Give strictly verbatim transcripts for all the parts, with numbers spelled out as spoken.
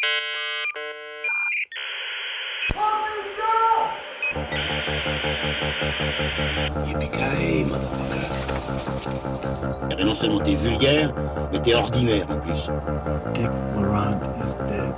Yippee-ki-yay, motherfucker. Et non seulement t'es vulgaire, mais t'es ordinaire en plus. Dick Laurent is dead.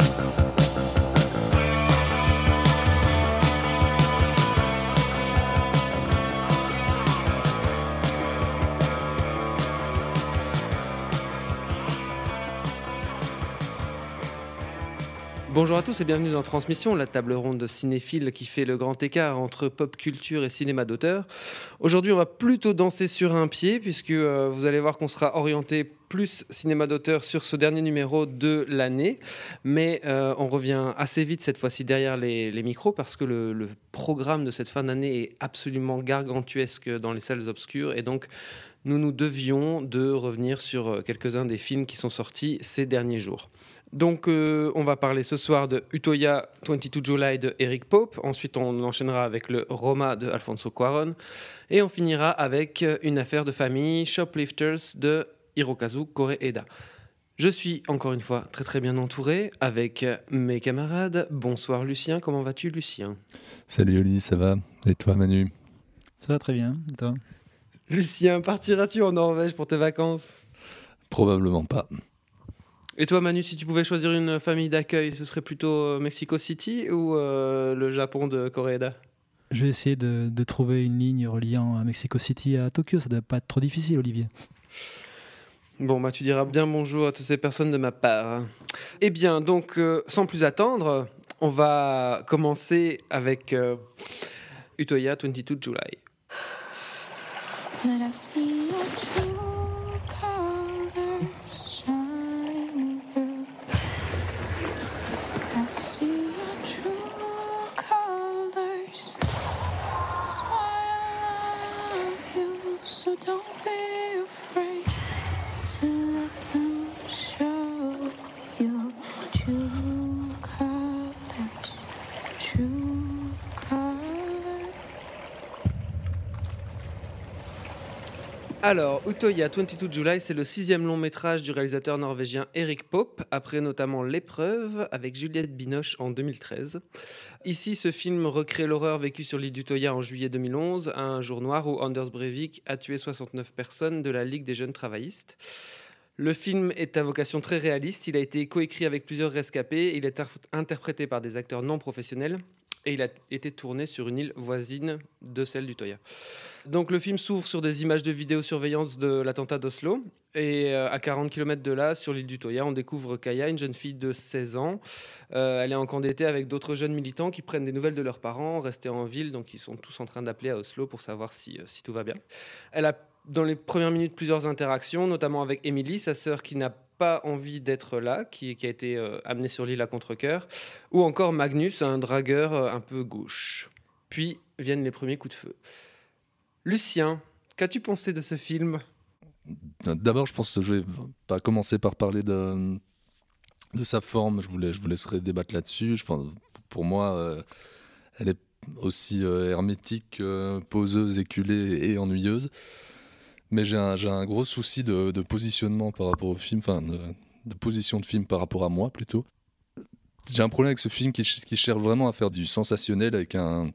Bonjour à tous et bienvenue dans Transmission, la table ronde cinéphile qui fait le grand écart entre pop culture et cinéma d'auteur. Aujourd'hui, on va plutôt danser sur un pied puisque euh, vous allez voir qu'on sera orienté plus cinéma d'auteur sur ce dernier numéro de l'année. Mais euh, on revient assez vite cette fois-ci derrière les, les micros parce que le, le programme de cette fin d'année est absolument gargantuesque dans les salles obscures et donc nous nous devions de revenir sur quelques-uns des films qui sont sortis ces derniers jours. Donc euh, on va parler ce soir de Utoya vingt-deux July de Eric Pope, ensuite on enchaînera avec le Roma de Alfonso Cuarón et on finira avec une affaire de famille, Shoplifters de Hirokazu Koreeda. Je suis encore une fois très très bien entouré avec mes camarades. Bonsoir Lucien, comment vas-tu Lucien ? Salut Oli, ça va ? Et toi Manu ? Ça va très bien, et toi ? Lucien, partiras-tu en Norvège pour tes vacances ? Probablement pas. Et toi Manu, si tu pouvais choisir une famille d'accueil, ce serait plutôt Mexico City ou euh, le Japon de Koreeda ? Je vais essayer de, de trouver une ligne reliant Mexico City à Tokyo, ça ne doit pas être trop difficile Olivier. Bon, bah tu diras bien bonjour à toutes ces personnes de ma part. Eh bien, donc, euh, sans plus attendre, on va commencer avec euh, Utoya vingt-deux July. But I see your true colors shining through. I see your true colors. That's why I love you. So don't be afraid to let them show your true colors. True colors. Alors, Utoya vingt-deux July, c'est le sixième long métrage du réalisateur norvégien Eric Pope, après notamment L'épreuve avec Juliette Binoche en deux mille treize. Ici, ce film recrée l'horreur vécue sur l'île d'Utoya en juillet deux mille onze, un jour noir où Anders Breivik a tué soixante-neuf personnes de la Ligue des jeunes travaillistes. Le film est à vocation très réaliste, il a été coécrit avec plusieurs rescapés, il est interprété par des acteurs non professionnels et il a été tourné sur une île voisine de celle d'Utoya. Donc le film s'ouvre sur des images de vidéosurveillance de l'attentat d'Oslo et euh, à quarante kilomètres de là, sur l'île d'Utoya, on découvre Kaya, une jeune fille de seize ans. Euh, elle est en camp d'été avec d'autres jeunes militants qui prennent des nouvelles de leurs parents, restés en ville, donc ils sont tous en train d'appeler à Oslo pour savoir si, euh, si tout va bien. Elle a dans les premières minutes plusieurs interactions, notamment avec Emily, sa sœur qui n'a pas envie d'être là, qui, qui a été euh, amenée sur l'île à contre-cœur, ou encore Magnus, un dragueur euh, un peu gauche. Puis viennent les premiers coups de feu. Lucien, qu'as-tu pensé de ce film ? D'abord, je pense que je vais pas commencer par parler de, de sa forme, je vous, laisse, je vous laisserai débattre là-dessus. Je pense, pour moi, euh, elle est aussi euh, hermétique, euh, poseuse, éculée et ennuyeuse. Mais j'ai un, j'ai un gros souci de, de positionnement par rapport au film, enfin de, de position de film par rapport à moi plutôt. J'ai un problème avec ce film qui, qui cherche vraiment à faire du sensationnel avec un,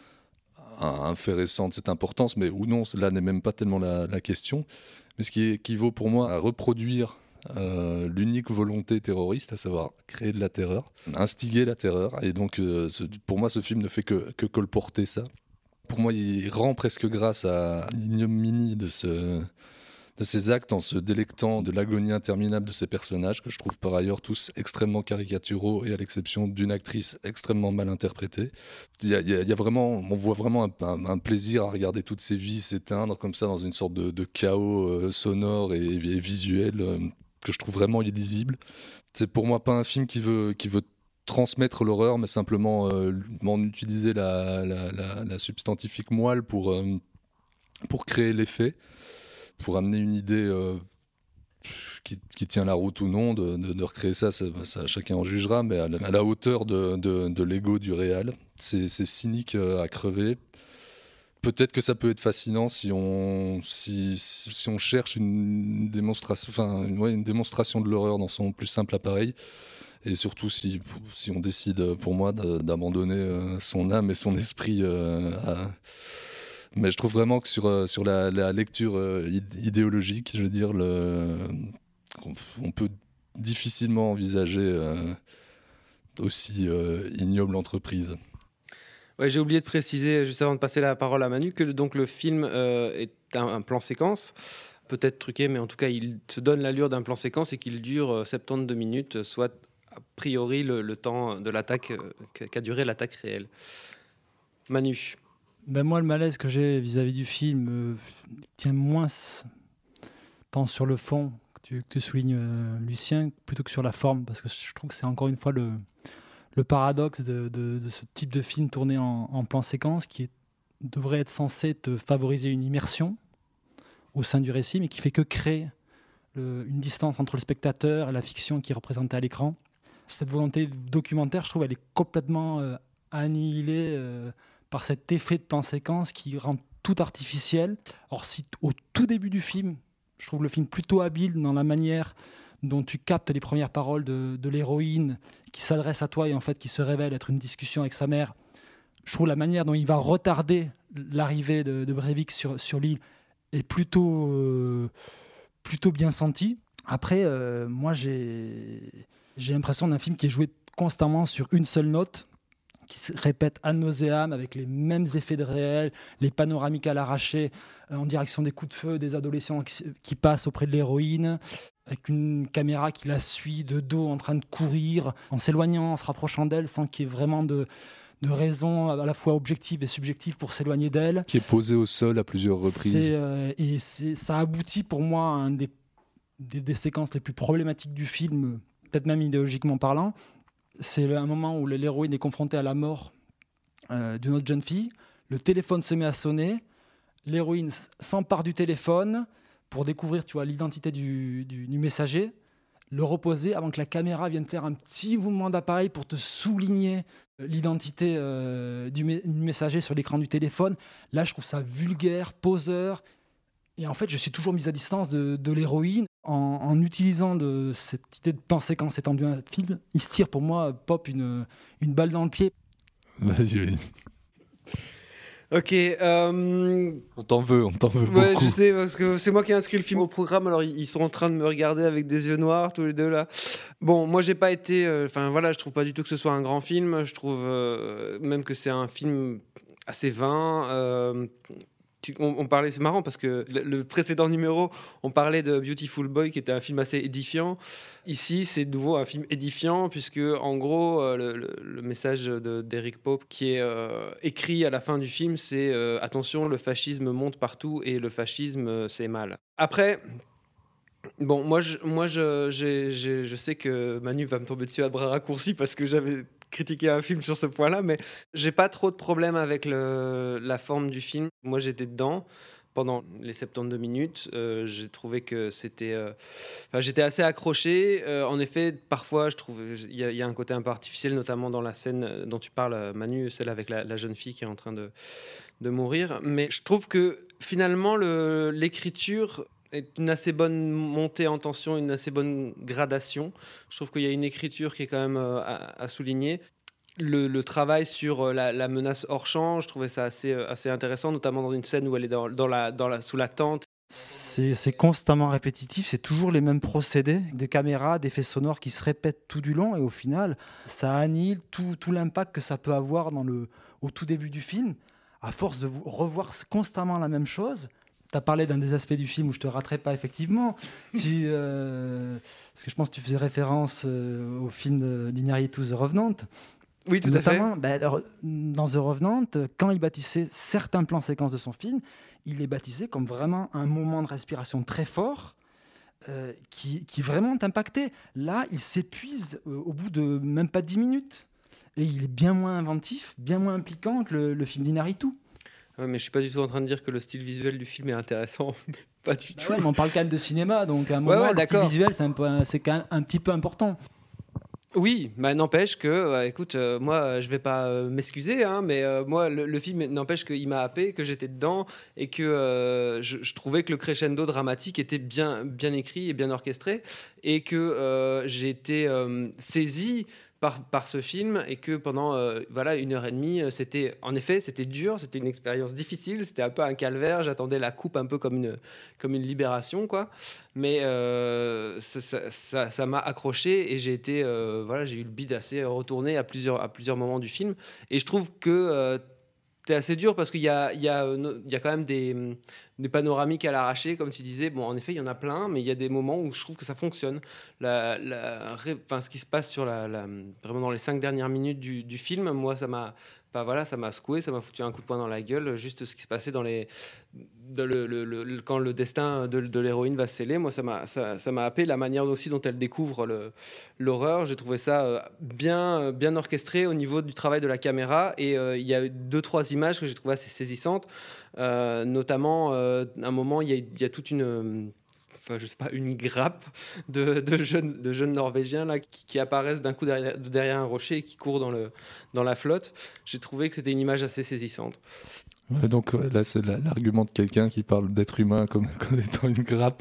un, un fait récent de cette importance, mais ou non, là n'est même pas tellement la, la question. Mais ce qui équivaut pour moi à reproduire euh, l'unique volonté terroriste, à savoir créer de la terreur, instiguer la terreur. Et donc euh, ce, pour moi, ce film ne fait que, que colporter ça. Pour moi, il rend presque grâce à l'ignominie de, ce, de ces actes en se délectant de l'agonie interminable de ces personnages, que je trouve par ailleurs tous extrêmement caricaturaux et à l'exception d'une actrice extrêmement mal interprétée. Il y a, il y a, il y a vraiment, on voit vraiment un, un, un plaisir à regarder toutes ces vies s'éteindre comme ça dans une sorte de, de chaos euh, sonore et, et visuel euh, que je trouve vraiment illisible. C'est pour moi pas un film qui veut, qui veut transmettre l'horreur, mais simplement euh, en utiliser la, la, la, la substantifique moelle pour, euh, pour créer l'effet, pour amener une idée euh, qui, qui tient la route ou non, de, de, de recréer ça, ça, ça, chacun en jugera, mais à la, à la hauteur de, de, de l'ego du réal. C'est, c'est cynique euh, à crever. Peut-être que ça peut être fascinant si on, si, si on cherche une démonstration, enfin, ouais, une démonstration de l'horreur dans son plus simple appareil. Et surtout si, si on décide, pour moi, de, d'abandonner euh, son âme et son esprit euh, à... Mais je trouve vraiment que sur, euh, sur la, la lecture euh, idéologique, je veux dire, le... on peut difficilement envisager euh, aussi euh, ignoble entreprise. Ouais, j'ai oublié de préciser, juste avant de passer la parole à Manu, que donc, le film euh, est un, un plan séquence, peut-être truqué, mais en tout cas, il se donne l'allure d'un plan séquence et qu'il dure euh, soixante-douze minutes, soit a priori le, le temps de l'attaque, euh, qu'a duré l'attaque réelle. Manu. Ben moi, le malaise que j'ai vis-à-vis du film euh, tient moins s- tant sur le fond que tu, que tu soulignes, euh, Lucien, plutôt que sur la forme, parce que je trouve que c'est encore une fois le, le paradoxe de, de- de ce type de film tourné en, en plan séquence qui est- devrait être censé te favoriser une immersion au sein du récit, mais qui fait que créer le- une distance entre le spectateur et la fiction qui est représentée à l'écran. Cette volonté documentaire, je trouve, elle est complètement euh, annihilée euh, par cet effet de plan séquence qui rend tout artificiel. Or, si t- au tout début du film, je trouve le film plutôt habile dans la manière dont tu captes les premières paroles de, de l'héroïne qui s'adresse à toi et en fait qui se révèle être une discussion avec sa mère. Je trouve la manière dont il va retarder l'arrivée de, de Breivik sur, sur l'île est plutôt, euh, plutôt bien sentie. Après, euh, moi, j'ai, j'ai l'impression d'un film qui est joué constamment sur une seule note, qui se répète ad nauseam avec les mêmes effets de réel, les panoramiques à l'arraché euh, en direction des coups de feu des adolescents qui, qui passent auprès de l'héroïne, avec une caméra qui la suit de dos en train de courir, en s'éloignant, en se rapprochant d'elle, sans qu'il y ait vraiment de, de raison à la fois objective et subjective pour s'éloigner d'elle. Qui est posé au sol à plusieurs reprises. C'est, euh, et c'est, ça aboutit pour moi à un des, des, des séquences les plus problématiques du film, peut-être même idéologiquement parlant. C'est le- un moment où l'héroïne est confrontée à la mort euh, d'une autre jeune fille. Le téléphone se met à sonner. L'héroïne s- s'empare du téléphone pour découvrir, tu vois, l'identité du, du- du messager, le reposer avant que la caméra vienne faire un petit mouvement d'appareil pour te souligner euh, l'identité euh, du, mé- du messager sur l'écran du téléphone. Là, je trouve ça vulgaire, poseur. Et en fait, je suis toujours mise à distance de, de l'héroïne. En, en utilisant de cette idée de plan séquence étendue à un film, il se tire pour moi, pop, une, une balle dans le pied. Vas-y, vas-y. Ok. euh, On t'en veut, on t'en veut Ouais, beaucoup. je sais, parce que c'est moi qui ai inscrit le film au programme, alors ils ils sont en train de me regarder avec des yeux noirs, tous les deux là. Bon, moi j'ai pas été. Enfin voilà, je trouve pas du tout que ce soit un grand film, je trouve euh, même que c'est un film assez vain. euh, tu- on, on parlait, c'est marrant parce que le, le précédent numéro, on parlait de Beautiful Boy qui était un film assez édifiant. Ici, c'est de nouveau un film édifiant puisque en gros, euh, le, le- le message de- d'Eric Pope qui est euh, écrit à la fin du film, c'est euh, attention, le fascisme monte partout et le fascisme, euh, c'est mal. Après. Bon, moi, je, moi je, j'ai- j'ai- je sais que Manu va me tomber dessus à bras raccourcis parce que j'avais critiqué un film sur ce point-là, mais j'ai pas trop de problème avec le, la forme du film. Moi, j'étais dedans pendant les soixante-douze minutes. Euh, j'ai trouvé que c'était... euh, Enfin, j'étais assez accroché. Euh, en effet, parfois, je trouve il y, a- il y a un côté un peu artificiel, notamment dans la scène dont tu parles, euh, Manu, celle avec la, la jeune fille qui est en train de, de mourir. Mais je trouve que finalement, le- l'écriture est une assez bonne montée en tension, une assez bonne gradation. Je trouve qu'il y a une écriture qui est quand même euh, à, à souligner. Le, le travail sur euh, la, la menace hors champ, je trouvais ça assez, euh, assez intéressant, notamment dans une scène où elle est dans, dans la, dans la, sous la tente. C'est c'est constamment répétitif, c'est toujours les mêmes procédés de caméra, d'effets sonores qui se répètent tout du long et au final, ça annihile tout, tout l'impact que ça peut avoir dans le, au tout début du film. À force de vous revoir constamment la même chose, tu as parlé d'un des aspects du film où je te raterai pas effectivement, tu, euh, parce que je pense que tu faisais référence euh, au film de- d'Iñárritu, The Revenant. Oui, tout à Notamment, bah, alors, dans The Revenant, quand il bâtissait certains plans séquences de son film, il les baptisait comme vraiment un moment de respiration très fort euh, qui, qui vraiment t'impactait. Là, il s'épuise euh, au bout de même pas dix minutes. Et il est bien moins inventif, bien moins impliquant que le, le film d'Iñárritu. Ouais, mais je suis pas du tout en train de dire que le style visuel du film est intéressant. Pas du Bah tout. ouais, mais on parle quand même de cinéma, donc à un Ouais, moment, ouais, le style d'accord. visuel, c'est, un peu, c'est quand même un petit peu important. Oui, bah, n'empêche que, euh, écoute, euh, moi, euh, je vais pas euh, m'excuser, hein, mais euh, moi, le, le film n'empêche qu'il m'a happé, que j'étais dedans et que euh, je, je trouvais que le crescendo dramatique était bien, bien écrit et bien orchestré et que euh, j'ai été euh, saisi par, par ce film et que pendant euh, voilà une heure et demie, euh, c'était en effet c'était dur, c'était une expérience difficile, c'était un peu un calvaire. J'attendais la coupe un peu comme une comme une libération, quoi. Mais euh, ça, ça, ça- ça m'a accroché et j'ai été euh, voilà j'ai eu le bide assez retourné à plusieurs à plusieurs moments du film et je trouve que euh, t'es assez dur parce qu'il y a, il y, a, euh, no- il y a quand même des, hum, des panoramiques à l'arraché, comme tu disais. Bon, en effet, il y en a plein, mais il y a des moments où je trouve que ça fonctionne. La, la ré- enfin, ce qui se passe sur la, la- vraiment dans les cinq dernières minutes du, du film, moi, ça m'a, enfin, voilà, ça m'a secoué, ça m'a foutu un coup de poing dans la gueule. Juste ce qui se passait dans les, dans le, le- le- le- quand le destin de, de l'héroïne va se sceller, moi, ça m'a, ça, ça m'a happé. La manière aussi dont elle découvre le, l'horreur, j'ai trouvé ça euh, bien, bien orchestré au niveau du travail de la caméra. Et euh, il y a eu deux, trois images que j'ai trouvées assez saisissantes. Euh, notamment, euh, à un moment, il y a, il y a toute une. euh, Enfin, je sais pas, une grappe de, de jeunes, de jeunes Norvégiens là, qui, qui apparaissent d'un coup derrière, de derrière un rocher et qui courent dans, le, dans la flotte. J'ai trouvé que c'était une image assez saisissante. Ouais, donc ouais, là, c'est la- l'argument de quelqu'un qui parle d'être humain comme, comme étant une grappe.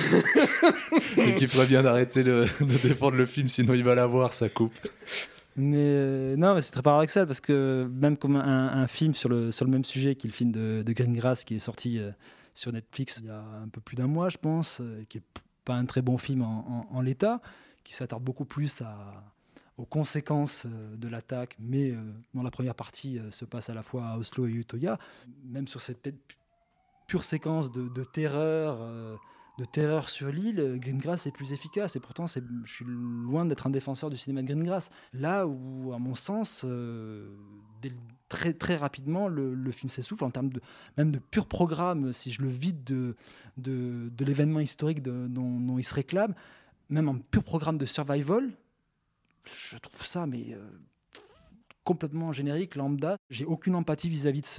Et qui ferait bien d'arrêter le- de défendre le film, sinon il va l'avoir, ça coupe. Mais euh, non, mais c'est très paradoxal parce que même comme un, un film sur le, sur le même sujet qui est le film de, de Greengrass qui est sorti euh, sur Netflix il y a un peu plus d'un mois, je pense, euh, qui est p- pas un très bon film en, en- en l'état, qui s'attarde beaucoup plus à, aux conséquences euh, de l'attaque, mais euh, dans la première partie euh, se passe à la fois à Oslo et Utoya, même sur cette peut-être pu- pure séquence de, de terreur. euh, de terreur sur l'île, euh, Greengrass est plus efficace et pourtant c'est, je suis loin d'être un défenseur du cinéma de Greengrass. Là où, à mon sens, euh, dès le- très, très rapidement, le, le film s'essouffle en termes de, même de pur programme, si je le vide de, de, de l'événement historique de- dont, dont il se réclame, même en pur programme de survival, je trouve ça mais euh, complètement générique, lambda. J'ai aucune empathie vis-à-vis de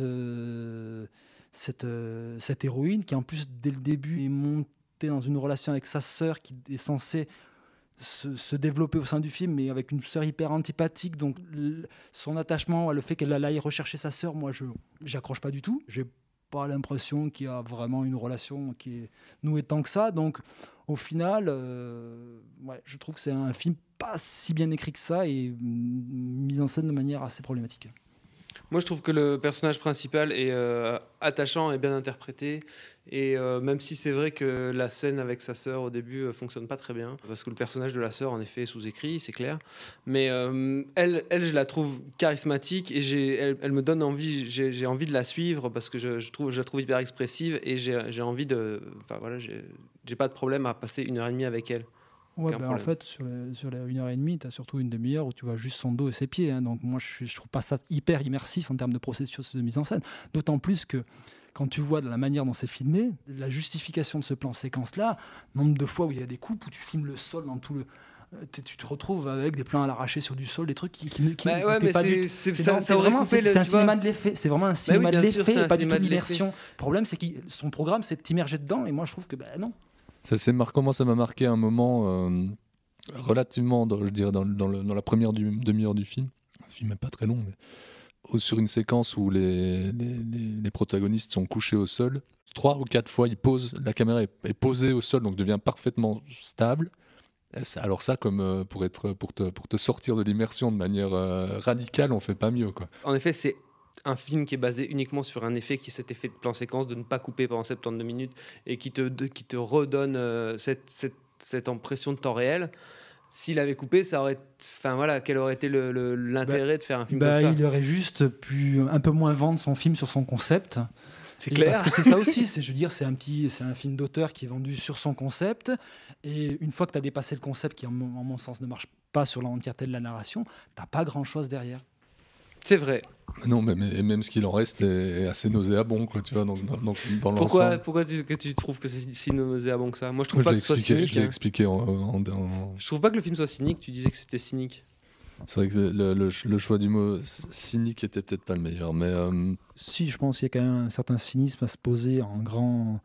ce, cette, euh, cette héroïne qui en plus dès le début est montée dans une relation avec sa sœur qui est censée se, se développer au sein du film, mais avec une sœur hyper antipathique. Donc l- son attachement, le fait qu'elle aille rechercher sa sœur, moi je j'accroche pas du tout. J'ai pas l'impression qu'il y a vraiment une relation qui est nouée tant que ça. Donc au final, euh, ouais, je trouve que c'est un film pas si bien écrit que ça et mm, mis en scène de manière assez problématique. Moi, je trouve que le personnage principal est euh, attachant et bien interprété. Et euh, même si c'est vrai que la scène avec sa sœur au début euh, fonctionne pas très bien, parce que le personnage de la sœur, en effet, est sous-écrit, c'est clair. Mais euh, elle, elle, je la trouve charismatique et j'ai, elle, elle me donne envie, j'ai, j'ai envie de la suivre parce que je, je, trouve, je la trouve hyper expressive et j'ai, j'ai envie de. Enfin voilà, j'ai, j'ai pas de problème à passer une heure et demie avec elle. Ouais, Aucun bah, en problème. fait, sur, les, sur les une heure et demie, tu as surtout une demi-heure où tu vois juste son dos et ses pieds. hein. Donc, moi, je, suis- je trouve pas ça hyper immersif en termes de processus de mise en scène. D'autant plus que quand tu vois de la manière dont c'est filmé, la justification de ce plan séquence-là, nombre de fois où il y a des coupes où tu filmes le sol dans tout le. euh, t'es- Tu te retrouves avec des plans à l'arraché sur du sol, des trucs qui, qui, qui Bah ouais, n'étaient mais pas c'est- du tout. c'est- C'est ça- dans- ça c'est aurait vraiment coupé c'est le- c'est un tu vois. cinéma de l'effet. C'est vraiment un cinéma bien de sûr, l'effet c'est un et pas du tout cinéma de de l'immersion. Le problème, c'est que son programme, c'est de t'immerger dedans. Et moi, je trouve que ben non. Ça, c'est marquant, moi ça m'a marqué un moment euh, relativement, dans, je dirais, dans, dans le- dans la première du- demi-heure du film. Le film n'est pas très long, mais au- sur une séquence où les, les, les- les protagonistes sont couchés au sol. Trois ou quatre fois, ils posent, la caméra est, est posée au sol, donc devient parfaitement stable. Et ça- Alors ça, comme euh, pour, être, pour, te, pour te sortir de l'immersion de manière euh, radicale, on fait pas mieux, quoi. En effet, c'est un film qui est basé uniquement sur un effet qui est cet effet de plan séquence de ne pas couper pendant soixante-douze minutes et qui te, de- qui te redonne euh, cette, cette, cette impression de temps réel. S'il avait coupé, ça aurait, enfin voilà, quel aurait été le- le- l'intérêt de faire un film Bah, comme ça? il aurait juste pu un peu moins vendre son film sur son concept. C'est Et clair. Parce que c'est ça aussi, c'est, je veux dire, c'est un petit, c'est un film d'auteur qui est vendu sur son concept. Et une fois que tu as dépassé le concept, qui en mon, en mon sens ne marche pas sur l'entièreté de la narration, t'as pas grand-chose derrière. C'est vrai. Mais non, mais, mais- et même ce qu'il en reste est, est assez nauséabond, quoi, tu vois, donc, dans, dans, dans Pourquoi, l'ensemble. pourquoi tu, que tu trouves que c'est si nauséabond que ça? Moi, je trouve Moi, je pas l'ai que ce soit expliqué, cynique. je l'ai hein. expliqué en, en- en- Je trouve pas que le film soit cynique. Tu disais que c'était cynique. C'est vrai que le, le- le choix du mot cynique était peut-être pas le meilleur, mais euh, Si, je pense qu'il y a quand même un certain cynisme à se poser en grand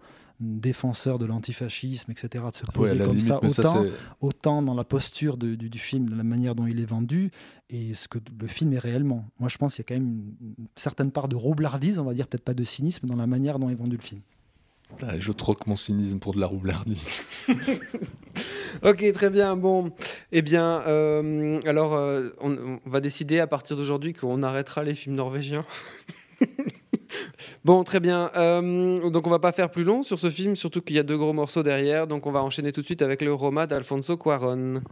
défenseur de l'antifascisme, et cetera, de se Ouais, poser à la comme limite, ça mais ça, autant, c'est- autant dans la posture de- du, du film, de la manière dont il est vendu, et ce que le film est réellement. Moi, je pense qu'il y a quand même une, une certaine part de roublardise, on va dire, peut-être pas de cynisme, dans la manière dont est vendu le film. Ah, je troque mon cynisme pour de la roublardise. Ok, très bien. Bon, eh bien, euh, alors, euh, on, on va décider à partir d'aujourd'hui qu'on arrêtera les films norvégiens. Bon, très bien. Euh, donc, on va pas faire plus long sur ce film, surtout qu'il y a deux gros morceaux derrière. Donc, on va enchaîner tout de suite avec le Roma d'Alfonso Cuarón.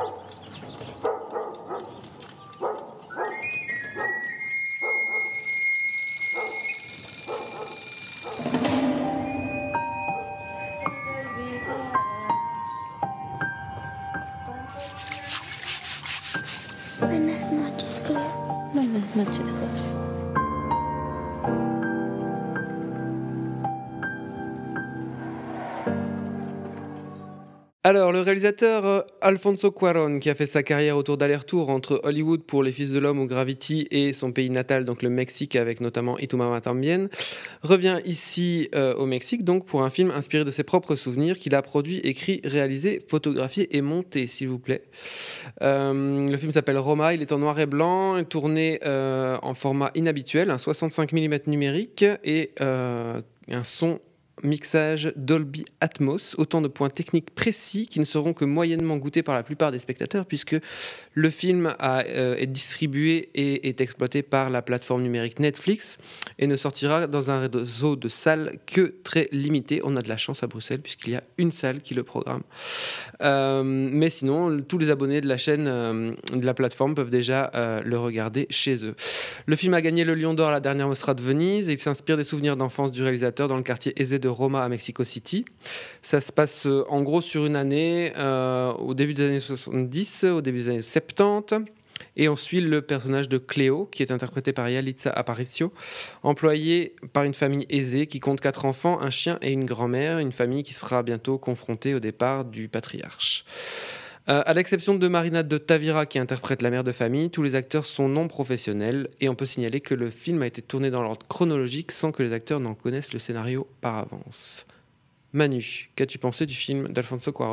Buenas noches, Claire. Buenas noches, Sergio. Alors, le réalisateur euh, Alfonso Cuarón, qui a fait sa carrière autour d'aller-retour entre Hollywood pour Les Fils de l'Homme ou Gravity et son pays natal, donc le Mexique, avec notamment Y tu mamá también, revient ici euh, au Mexique donc pour un film inspiré de ses propres souvenirs qu'il a produit, écrit, réalisé, photographié et monté, s'il vous plaît. Euh, le film s'appelle Roma, il est en noir et blanc, tourné euh, en format inhabituel, un soixante-cinq millimètres numérique et euh, un son mixage Dolby Atmos, autant de points techniques précis qui ne seront que moyennement goûtés par la plupart des spectateurs puisque le film a, euh, est distribué et est exploité par la plateforme numérique Netflix et ne sortira dans un réseau de salles que très limité. On a de la chance à Bruxelles puisqu'il y a une salle qui le programme. Euh, mais sinon, tous les abonnés de la chaîne euh, de la plateforme peuvent déjà euh, le regarder chez eux. Le film a gagné le Lion d'Or à la dernière Mostra de Venise et il s'inspire des souvenirs d'enfance du réalisateur dans le quartier aisé de Roma à Mexico City. Ça se passe euh, en gros sur une année, euh, au début des années soixante-dix, au début des années soixante-dix. Et on suit le personnage de Cléo, qui est interprété par Yalitza Aparicio, employée par une famille aisée qui compte quatre enfants, un chien et une grand-mère, une famille qui sera bientôt confrontée au départ du patriarche. Euh, à l'exception de Marina de Tavira qui interprète la mère de famille, tous les acteurs sont non professionnels et on peut signaler que le film a été tourné dans l'ordre chronologique sans que les acteurs n'en connaissent le scénario par avance. Manu, qu'as-tu pensé du film d'Alfonso Cuarón ?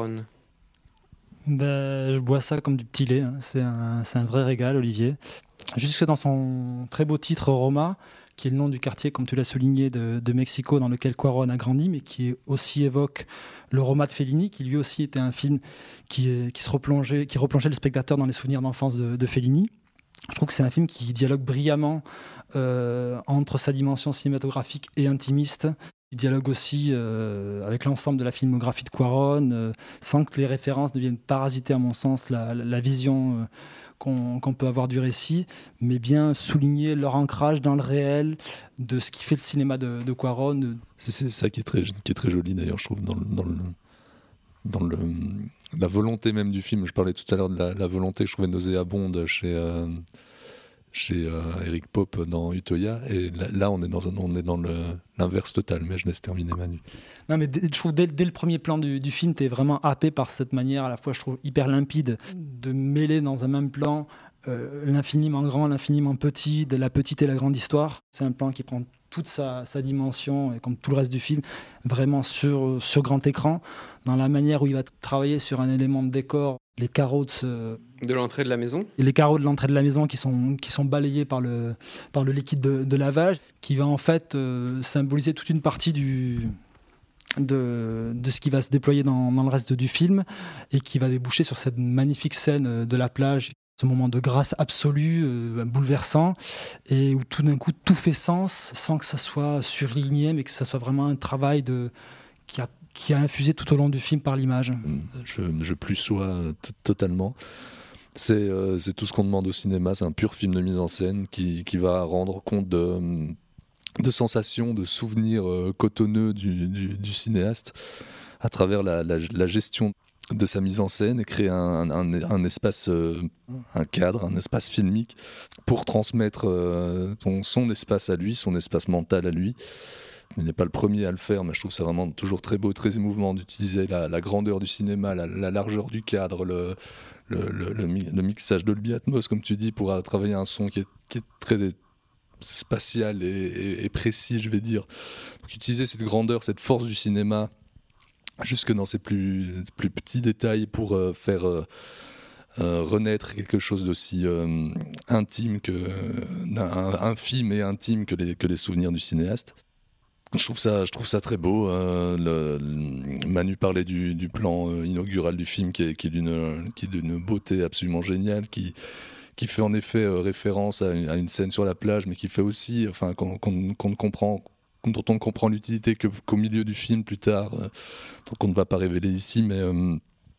Ben, je bois ça comme du petit lait, hein. c'est, un, c'est un vrai régal, Olivier. Jusque dans son très beau titre Roma, qui est le nom du quartier, comme tu l'as souligné, de, de Mexico, dans lequel Cuarón a grandi, mais qui aussi évoque le Roma de Fellini, qui lui aussi était un film qui, qui, se replongeait, qui replongeait le spectateur dans les souvenirs d'enfance de, de Fellini. Je trouve que c'est un film qui dialogue brillamment euh, entre sa dimension cinématographique et intimiste. Il dialogue aussi euh, avec l'ensemble de la filmographie de Cuarón, euh, sans que les références ne viennent parasiter, à mon sens, la, la, la vision euh, qu'on, qu'on peut avoir du récit, mais bien souligner leur ancrage dans le réel de ce qui fait le cinéma de, de Cuarón. C'est, c'est ça qui est, très, qui est très joli d'ailleurs, je trouve, dans, le, dans, le, dans le, la volonté même du film. Je parlais tout à l'heure de la, la volonté que je trouvais nauséabonde chez... Euh, chez euh, Eric Pope dans Utoya, et là, là on est dans, un, on est dans le, l'inverse total, mais je laisse terminer Manu. Non, mais d- je trouve dès, dès le premier plan du, du film, tu es vraiment happé par cette manière, à la fois je trouve hyper limpide, de mêler dans un même plan euh, l'infiniment grand, l'infiniment petit, de la petite et la grande histoire. C'est un plan qui prend toute sa, sa dimension, et comme tout le reste du film, vraiment sur, sur grand écran, dans la manière où il va travailler sur un élément de décor, les carreaux de ce... De l'entrée de la maison. Et les carreaux de l'entrée de la maison qui sont, qui sont balayés par le, par le liquide de, de lavage, qui va en fait euh, symboliser toute une partie du, de, de ce qui va se déployer dans, dans le reste du film, et qui va déboucher sur cette magnifique scène de la plage, ce moment de grâce absolue, euh, bouleversant, et où tout d'un coup tout fait sens, sans que ça soit surligné, mais que ça soit vraiment un travail de, qui a qui a infusé tout au long du film par l'image. Je, je plus sois t- totalement. C'est, euh, c'est tout ce qu'on demande au cinéma, c'est un pur film de mise en scène qui, qui va rendre compte de, de sensations, de souvenirs euh, cotonneux du, du, du cinéaste à travers la, la, la gestion de sa mise en scène et créer un, un, un espace, euh, un cadre, un espace filmique pour transmettre euh, ton, son espace à lui, son espace mental à lui. Il n'est pas le premier à le faire, mais je trouve ça vraiment toujours très beau, très émouvant d'utiliser la, la grandeur du cinéma, la, la largeur du cadre, le, le, le, le, le mixage Dolby Atmos, comme tu dis, pour travailler un son qui est, qui est très spatial et, et, et précis, je vais dire. Donc, utiliser cette grandeur, cette force du cinéma, jusque dans ses plus, plus petits détails pour euh, faire euh, euh, renaître quelque chose d'aussi euh, intime, que, euh, infime et intime que les, que les souvenirs du cinéaste. Je trouve ça, je trouve ça très beau. Euh, le, le, Manu parlait du, du plan euh, inaugural du film qui est, qui est d'une, qui est d'une beauté absolument géniale, qui, qui fait en effet euh, référence à une, à une scène sur la plage, mais qui fait aussi, enfin, qu'on, qu'on, qu'on ne comprend, dont on ne comprend l'utilité que, qu'au milieu du film plus tard, euh, donc on ne va pas révéler ici, mais euh,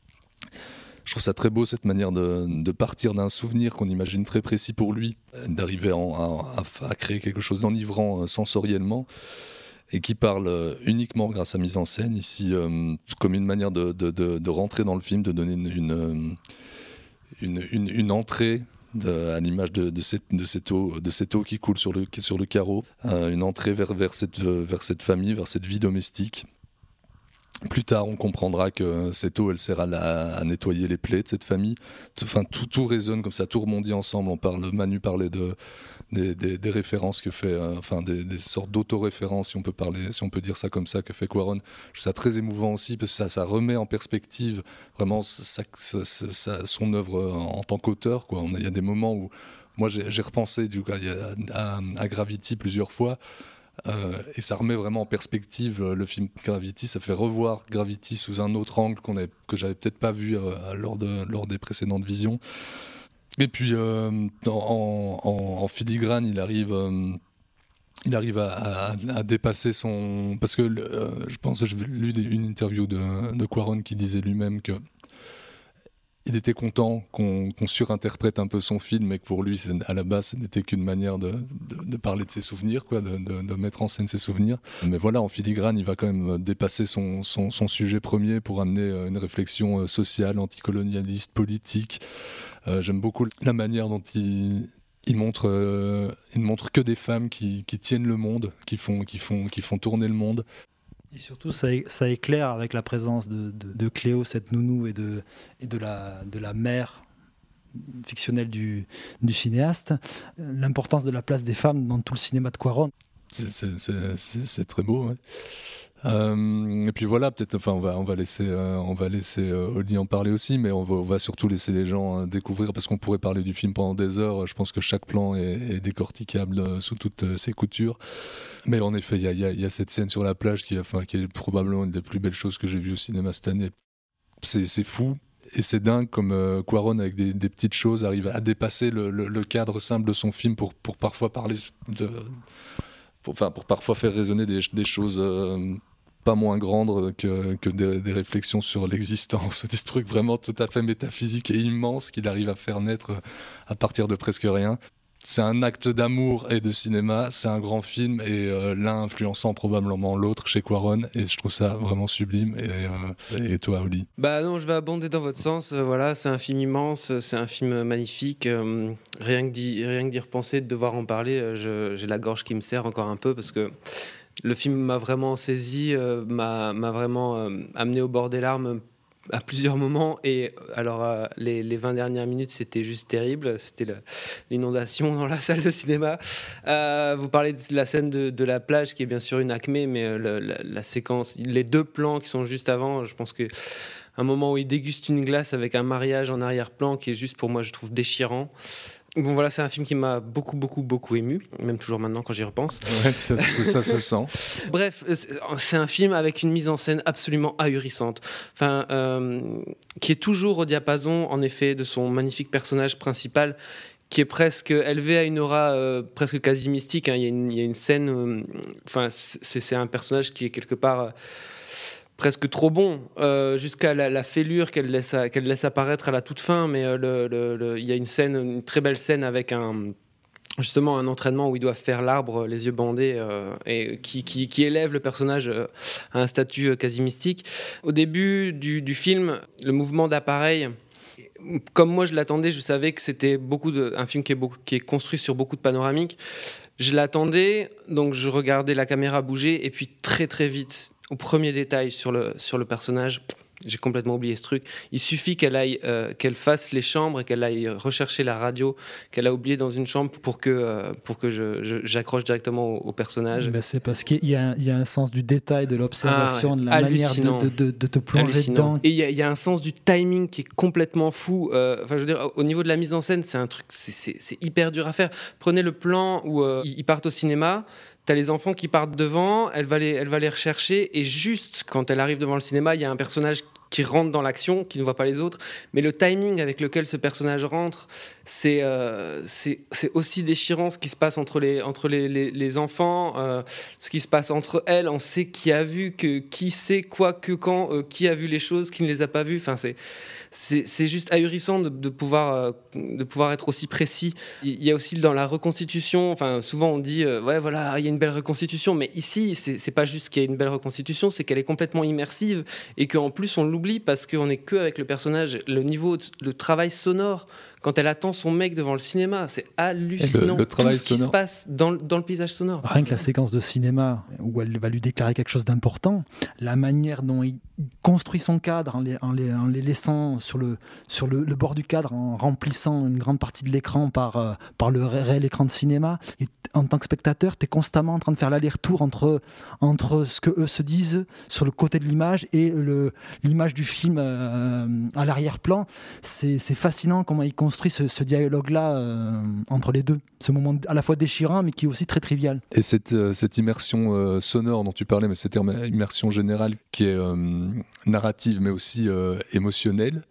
je trouve ça très beau, cette manière de, de partir d'un souvenir qu'on imagine très précis pour lui, d'arriver en, à, à créer quelque chose d'enivrant euh, sensoriellement, et qui parle uniquement grâce à sa mise en scène, ici, euh, comme une manière de, de, de, de rentrer dans le film, de donner une, une, une, une, une entrée de, à l'image de, de, cette, de, cette eau, de cette eau qui coule sur le, sur le carreau, euh, une entrée vers, vers, cette, vers cette famille, vers cette vie domestique. Plus tard, on comprendra que cette eau, elle sert à, la, à nettoyer les plaies de cette famille. Enfin, tout, tout résonne comme ça, tout rebondit ensemble. On parle, Manu parlait de, des, des, des références que fait, euh, enfin, des, des sortes d'autoréférences, si on peut parler, si on peut dire ça comme ça, que fait Cuarón. Je trouve ça très émouvant aussi parce que ça, ça remet en perspective vraiment sa, sa, sa, son œuvre en tant qu'auteur, quoi. Il y a des moments où moi j'ai, j'ai repensé du coup, à, à, à Gravity plusieurs fois. Euh, et ça remet vraiment en perspective euh, le film Gravity, ça fait revoir Gravity sous un autre angle qu'on avait, que j'avais peut-être pas vu euh, lors, de, lors des précédentes visions. Et puis euh, en, en, en filigrane, il arrive, euh, il arrive à, à, à dépasser son... Parce que euh, je pense que j'ai lu une interview de, de Cuarón qui disait lui-même que il était content qu'on, qu'on surinterprète un peu son film, et que pour lui, à la base, ce n'était qu'une manière de, de, de parler de ses souvenirs, quoi, de, de, de mettre en scène ses souvenirs. Mais voilà, en filigrane, il va quand même dépasser son, son, son sujet premier pour amener une réflexion sociale, anticolonialiste, politique. Euh, j'aime beaucoup la manière dont il... Il montre, euh, il ne montre que des femmes qui, qui tiennent le monde, qui font, qui, font, qui font tourner le monde. Et surtout, ça, ça éclaire avec la présence de, de, de Cléo, cette nounou, et de, et de, la, de la mère fictionnelle du, du cinéaste, l'importance de la place des femmes dans tout le cinéma de Cuarón. C'est, c'est, c'est, c'est, c'est très beau, ouais. Euh, et puis voilà, peut-être, enfin, on va, on va laisser, euh, on va laisser euh, Oli en parler aussi, mais on va, on va surtout laisser les gens euh, découvrir, parce qu'on pourrait parler du film pendant des heures. Je pense que chaque plan est, est décorticable euh, sous toutes euh, ses coutures. Mais en effet, il y, y, y a cette scène sur la plage qui, enfin, qui est probablement une des plus belles choses que j'ai vues au cinéma cette année. C'est, c'est fou. Et c'est dingue comme euh, Cuarón, avec des, des petites choses, arrive à dépasser le, le, le cadre simple de son film pour, pour parfois parler de, pour, enfin, pour parfois faire résonner des, des choses euh, pas moins grandes que, que des, des réflexions sur l'existence, des trucs vraiment tout à fait métaphysiques et immenses qu'il arrive à faire naître à partir de presque rien. C'est un acte d'amour et de cinéma, c'est un grand film, et euh, l'un influençant probablement l'autre chez Cuarón, et je trouve ça vraiment sublime. Et, euh, et toi, Oli? Bah non, je vais abonder dans votre sens. Euh, voilà, c'est un film immense, c'est un film magnifique. Euh, rien que d'y, rien que d'y repenser, de devoir en parler, je, j'ai la gorge qui me serre encore un peu, parce que le film m'a vraiment saisi, euh, m'a, m'a vraiment euh, amené au bord des larmes à plusieurs moments. Et alors euh, les, les vingt dernières minutes, c'était juste terrible. C'était le, l'inondation dans la salle de cinéma. Euh, vous parlez de la scène de, de la plage, qui est bien sûr une acmé, mais euh, le, la, la séquence, les deux plans qui sont juste avant, je pense que un moment où il déguste une glace avec un mariage en arrière-plan qui est juste, pour moi, je trouve déchirant. Bon, voilà, c'est un film qui m'a beaucoup, beaucoup, beaucoup ému, même toujours maintenant quand j'y repense. Ouais, ça, ça se sent. Bref, c'est un film avec une mise en scène absolument ahurissante, enfin, euh, qui est toujours au diapason, en effet, de son magnifique personnage principal, qui est presque élevé à une aura euh, presque quasi mystique. Hein. Il y a une, il y a une scène, euh, enfin, c'est, c'est un personnage qui est quelque part... Euh, presque trop bon, euh, jusqu'à la, la fêlure qu'elle laisse, à, qu'elle laisse apparaître à la toute fin. Mais euh, le, le, le, il y a une scène, une très belle scène avec un, justement un entraînement où ils doivent faire l'arbre, les yeux bandés, euh, et qui, qui, qui élève le personnage à un statut quasi mystique. Au début du, du film, le mouvement d'appareil, comme moi je l'attendais, je savais que c'était beaucoup de, un film qui est, beaucoup, qui est construit sur beaucoup de panoramiques. Je l'attendais, donc je regardais la caméra bouger, et puis très très vite, au premier détail sur le, sur le personnage, j'ai complètement oublié ce truc. Il suffit qu'elle aille, euh, qu'elle fasse les chambres et qu'elle aille rechercher la radio qu'elle a oubliée dans une chambre pour que, euh, pour que je, je, j'accroche directement au, au personnage. Ben c'est parce qu'il y a, un, il y a un sens du détail, de l'observation, ah, ouais. de la Hallucinant. manière de, de, de, de te plonger Hallucinant. dedans. Et il y, y a un sens du timing qui est complètement fou. Euh, enfin, je veux dire, au niveau de la mise en scène, c'est un truc, c'est, c'est, c'est hyper dur à faire. Prenez le plan où euh, ils partent au cinéma. T'as les enfants qui partent devant, elle va, les, elle va les rechercher, et juste quand elle arrive devant le cinéma, il y a un personnage qui rentre dans l'action, qui ne voit pas les autres, mais le timing avec lequel ce personnage rentre, c'est, euh, c'est, c'est aussi déchirant, ce qui se passe entre les, entre les, les, les enfants, euh, ce qui se passe entre elles, on sait qui a vu, que, qui sait quoi, que quand, euh, qui a vu les choses, qui ne les a pas vues, enfin c'est... C'est, c'est juste ahurissant de, de, pouvoir, euh, de pouvoir être aussi précis. Il y a aussi dans la reconstitution, enfin, souvent on dit euh, ouais voilà, il y a une belle reconstitution, mais ici c'est, c'est pas juste qu'il y a une belle reconstitution, c'est qu'elle est complètement immersive et qu'en plus on l'oublie parce qu'on n'est que avec le personnage. Le niveau de le travail sonore quand elle attend son mec devant le cinéma, c'est hallucinant. Le, le travail tout ce qui sonore. se passe dans, dans le paysage sonore. Rien que la séquence de cinéma où elle va lui déclarer quelque chose d'important, la manière dont il construit son cadre en les, en les, en les laissant sur, le, sur le, le bord du cadre, en remplissant une grande partie de l'écran par, euh, par le réel écran de cinéma. Et en tant que spectateur, tu es constamment en train de faire l'aller-retour entre, entre ce qu'eux se disent sur le côté de l'image et le, l'image du film euh, à l'arrière-plan. C'est, c'est fascinant comment il construit ce, ce dialogue-là euh, entre les deux. Ce moment à la fois déchirant, mais qui est aussi très trivial. Et cette, euh, cette immersion euh, sonore dont tu parlais, mais cette immersion générale qui est euh, narrative, mais aussi euh, émotionnelle,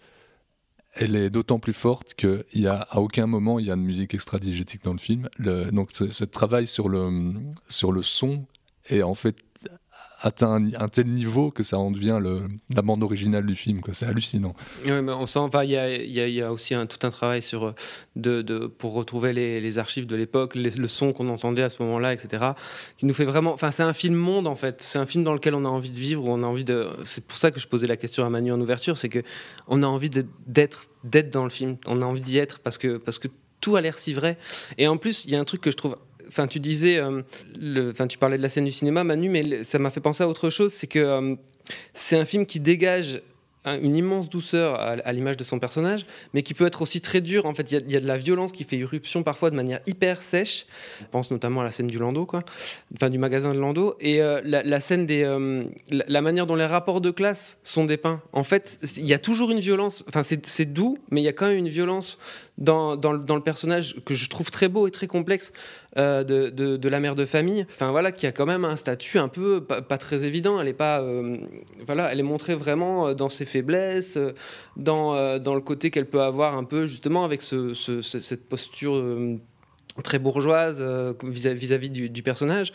elle est d'autant plus forte qu'à aucun moment il y a de musique extra-diégétique dans le film. Le, donc ce, ce travail sur le, sur le son est en fait atteint un, un tel niveau que ça en devient le, la bande originale du film, quoi. C'est hallucinant. Oui, mais on sent, enfin, il y a, y a, y a aussi un, tout un travail sur, de, de, pour retrouver les, les archives de l'époque, les, le son qu'on entendait à ce moment-là, et cetera. Qui nous fait vraiment, enfin, c'est un film monde en fait. C'est un film dans lequel on a envie de vivre, où on a envie de. C'est pour ça que je posais la question à Manu en ouverture, c'est que on a envie de, d'être, d'être dans le film. On a envie d'y être parce que, parce que tout a l'air si vrai. Et en plus, il y a un truc que je trouve. Enfin, tu disais, euh, le, enfin, tu parlais de la scène du cinéma, Manu, mais le, ça m'a fait penser à autre chose, c'est que euh, c'est un film qui dégage un, une immense douceur à, à l'image de son personnage, mais qui peut être aussi très dur. En fait, il y, y a de la violence qui fait irruption parfois de manière hyper sèche. Je pense notamment à la scène du Landau, quoi, enfin du magasin de Landau, et euh, la, la scène des, euh, la, la manière dont les rapports de classe sont dépeints. En fait, il y a toujours une violence. Enfin, c'est, c'est doux, mais il y a quand même une violence dans, dans, dans le personnage que je trouve très beau et très complexe. Euh, de, de, de la mère de famille, enfin voilà, qui a quand même un statut un peu pas, pas très évident. Elle est pas, euh, voilà, elle est montrée vraiment dans ses faiblesses, dans euh, dans le côté qu'elle peut avoir un peu justement avec ce, ce, ce, cette posture euh, très bourgeoise euh, vis-à-vis du, du personnage.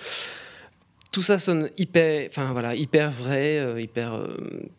Tout ça sonne hyper, enfin voilà, hyper vrai, euh, hyper euh,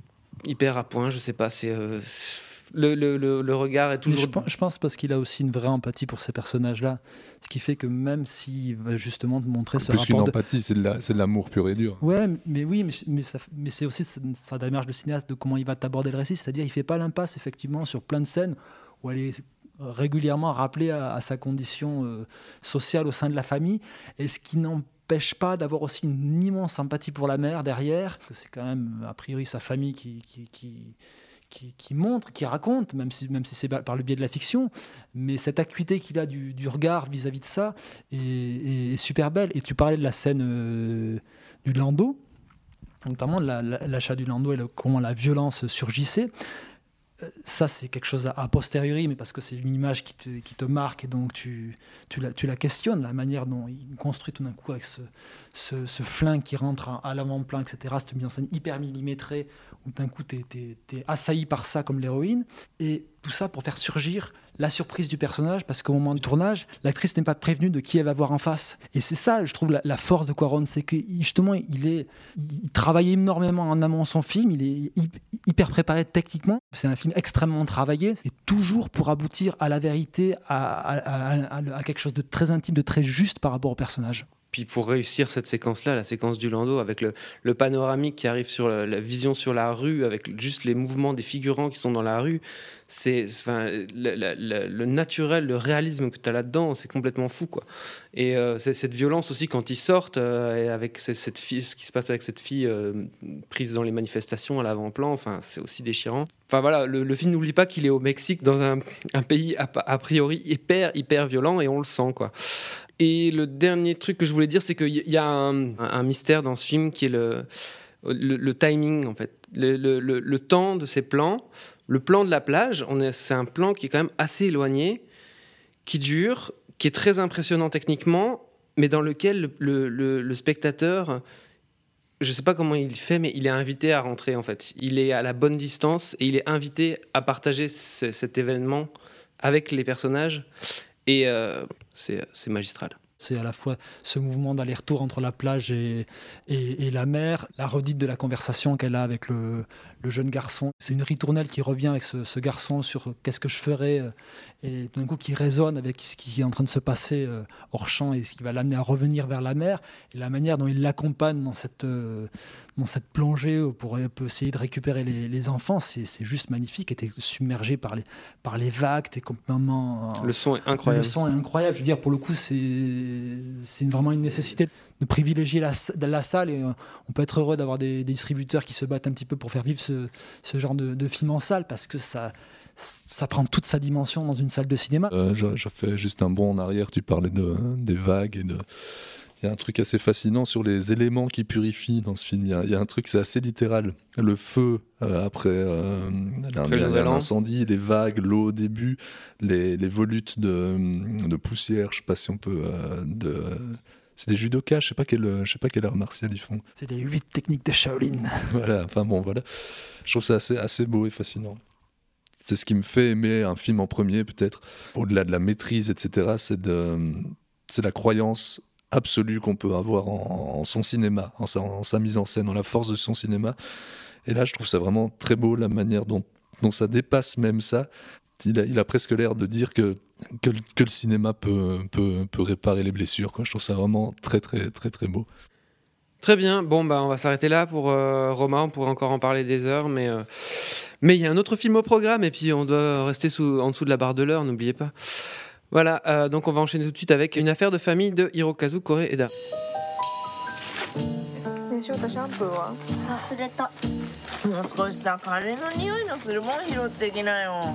hyper à point. Je sais pas, c'est euh, Le, le, le, le regard est toujours... Je pense, je pense parce qu'il a aussi une vraie empathie pour ces personnages-là. Ce qui fait que même s'il va justement te montrer ce Plus rapport... qu'une de... empathie, c'est de, la, c'est de l'amour pur et dur. Ouais, mais oui, mais, mais, ça, mais c'est aussi sa démarche de cinéaste de comment il va t'aborder le récit. C'est-à-dire il ne fait pas l'impasse, effectivement, sur plein de scènes où elle est régulièrement rappelée à, à sa condition euh, sociale au sein de la famille. Et ce qui n'empêche pas d'avoir aussi une immense empathie pour la mère derrière. Parce que c'est quand même, a priori, sa famille qui... qui, qui Qui, qui montre, qui raconte, même si, même si c'est par le biais de la fiction, mais cette acuité qu'il a du, du regard vis-à-vis de ça est, est, est super belle. Et tu parlais de la scène euh, du Landau, notamment la, la, l'achat du Landau et le, comment la violence surgissait. Ça, c'est quelque chose à, à posteriori, mais parce que c'est une image qui te, qui te marque et donc tu, tu, la, tu la questionnes, la manière dont il construit tout d'un coup avec ce, ce, ce flingue qui rentre à, à l'avant-plan, et cetera. Cette mise en scène hyper millimétrée où d'un coup tu es assailli par ça comme l'héroïne. Et tout ça pour faire surgir la surprise du personnage, parce qu'au moment du tournage, l'actrice n'est pas prévenue de qui elle va voir en face. Et c'est ça, je trouve, la, la force de Cuarón, c'est que justement, il, est, il travaille énormément en amont son film, il est hyper préparé techniquement. C'est un film extrêmement travaillé, et toujours pour aboutir à la vérité, à, à, à, à, à quelque chose de très intime, de très juste par rapport au personnage. puis pour réussir cette séquence-là, la séquence du landau, avec le, le panoramique qui arrive sur la, la vision sur la rue, avec juste les mouvements des figurants qui sont dans la rue, c'est, enfin, le, le, le naturel, le réalisme que tu as là-dedans, c'est complètement fou, quoi. Et euh, c'est cette violence aussi quand ils sortent, euh, et avec cette fille, ce qui se passe avec cette fille euh, prise dans les manifestations à l'avant-plan, enfin, c'est aussi déchirant. Enfin voilà, le, le film n'oublie pas qu'il est au Mexique, dans un, un pays a, a priori hyper, hyper violent, et on le sent, quoi. Et le dernier truc que je voulais dire, c'est qu'il y a un, un mystère dans ce film qui est le, le, le timing, en fait. Le, le, le, le temps de ces plans. Le plan de la plage, on est, c'est un plan qui est quand même assez éloigné, qui dure, qui est très impressionnant techniquement, mais dans lequel le, le, le spectateur, je ne sais pas comment il fait, mais il est invité à rentrer, en fait. Il est à la bonne distance et il est invité à partager ce, cet événement avec les personnages. Et euh, c'est, c'est magistral. C'est à la fois ce mouvement d'aller-retour entre la plage et, et, et la mer, la redite de la conversation qu'elle a avec le, le jeune garçon. C'est une ritournelle qui revient avec ce, ce garçon sur qu'est-ce que je ferais, et tout d'un coup qui résonne avec ce qui est en train de se passer hors champ et ce qui va l'amener à revenir vers la mer, et la manière dont il l'accompagne dans cette, dans cette plongée pour essayer de récupérer les, les enfants, c'est, c'est juste magnifique. Et t'es submergé par les, par les vagues, t'es complètement... Le son est incroyable. Le son est incroyable. Je veux dire, pour le coup, c'est... c'est vraiment une nécessité de privilégier la, la salle, et on peut être heureux d'avoir des, des distributeurs qui se battent un petit peu pour faire vivre ce, ce genre de, de film en salle, parce que ça, ça prend toute sa dimension dans une salle de cinéma. Euh, je, je fais juste un bond en arrière, tu parlais de, des vagues et de... Il y a un truc assez fascinant sur les éléments qui purifient dans ce film. Il y a, il y a un truc, c'est assez littéral. Le feu euh, après, euh, après un, un incendie, les vagues, l'eau au début, les, les volutes de, de poussière, je ne sais pas si on peut... Euh, de, c'est des judokas, je ne sais pas quel, je sais pas quel art martial ils font. C'est les huit techniques de Shaolin. Voilà, enfin bon, voilà. Je trouve ça assez, assez beau et fascinant. C'est ce qui me fait aimer un film en premier, peut-être, au-delà de la maîtrise, et cetera. C'est, de, c'est la croyance absolue qu'on peut avoir en, en son cinéma, en sa, en sa mise en scène, en la force de son cinéma. Et là, je trouve ça vraiment très beau, la manière dont, dont ça dépasse même ça. Il a, il a presque l'air de dire que, que, que le cinéma peut, peut, peut réparer les blessures, quoi. Je trouve ça vraiment très, très, très, très beau. Très bien, bon bah on va s'arrêter là pour euh, Roma, on pourrait encore en parler des heures, mais euh, mais il y a un autre film au programme et puis on doit rester sous, en dessous de la barre de l'heure, n'oubliez pas. Voilà, euh, donc on va enchaîner tout de suite avec Une affaire de famille de Hirokazu Koreeda. ねえ翔太シャンプーは忘れたもう少しさカレーの匂いのするもん拾ってきなよ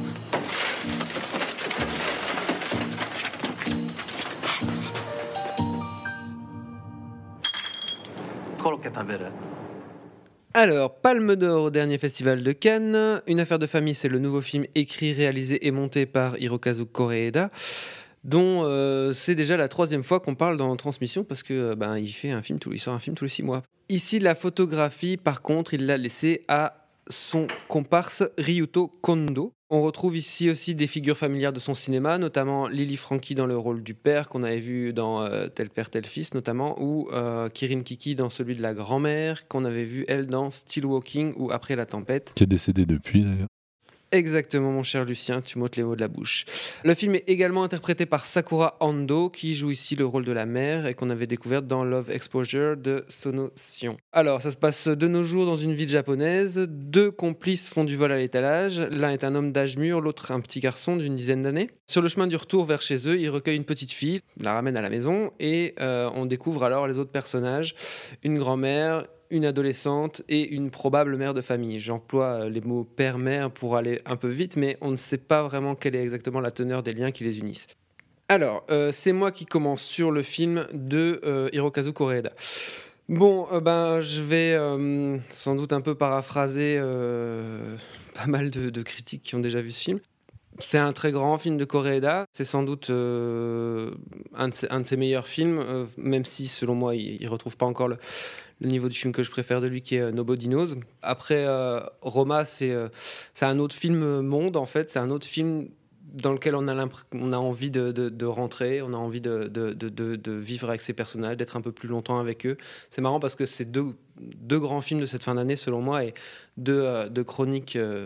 Alors, Palme d'Or au dernier festival de Cannes. Une affaire de famille, c'est le nouveau film écrit, réalisé et monté par Hirokazu Koreeda, dont euh, c'est déjà la troisième fois qu'on parle dans Transmission, parce que ben, il fait un film tous, il sort un film tous les six mois. Ici, la photographie, par contre, il l'a laissée à son comparse Ryuto Kondo. On retrouve ici aussi des figures familières de son cinéma, notamment Lily Franky dans le rôle du père, qu'on avait vu dans euh, Tel père, tel fils notamment, ou euh, Kirin Kiki dans celui de la grand-mère, qu'on avait vu elle dans Still Walking ou Après la tempête. Qui est décédée depuis d'ailleurs. Exactement, mon cher Lucien, tu m'ôtes les mots de la bouche. Le film est également interprété par Sakura Ando, qui joue ici le rôle de la mère et qu'on avait découvert dans Love Exposure de Sono Sion. Alors, ça se passe de nos jours dans une ville japonaise. Deux complices font du vol à l'étalage. L'un est un homme d'âge mûr, l'autre un petit garçon d'une dizaine d'années. Sur le chemin du retour vers chez eux, ils recueillent une petite fille, la ramènent à la maison et euh, on découvre alors les autres personnages. Une grand-mère, une adolescente et une probable mère de famille. J'emploie les mots père-mère pour aller un peu vite, mais on ne sait pas vraiment quelle est exactement la teneur des liens qui les unissent. Alors, euh, c'est moi qui commence sur le film de euh, Hirokazu Koreeda. Bon, euh, ben, je vais euh, sans doute un peu paraphraser euh, pas mal de, de critiques qui ont déjà vu ce film. C'est un très grand film de Koreeda. C'est sans doute euh, un, de ses, un de ses meilleurs films, euh, même si, selon moi, il ne retrouve pas encore le, le niveau du film que je préfère de lui, qui est euh, Nobody Knows. Après, euh, Roma, c'est, euh, c'est un autre film monde, en fait. C'est un autre film dans lequel on a, on a envie de, de, de rentrer, on a envie de, de, de, de vivre avec ces personnages, d'être un peu plus longtemps avec eux. C'est marrant parce que c'est deux, deux grands films de cette fin d'année, selon moi, et deux, euh, deux chroniques... Euh,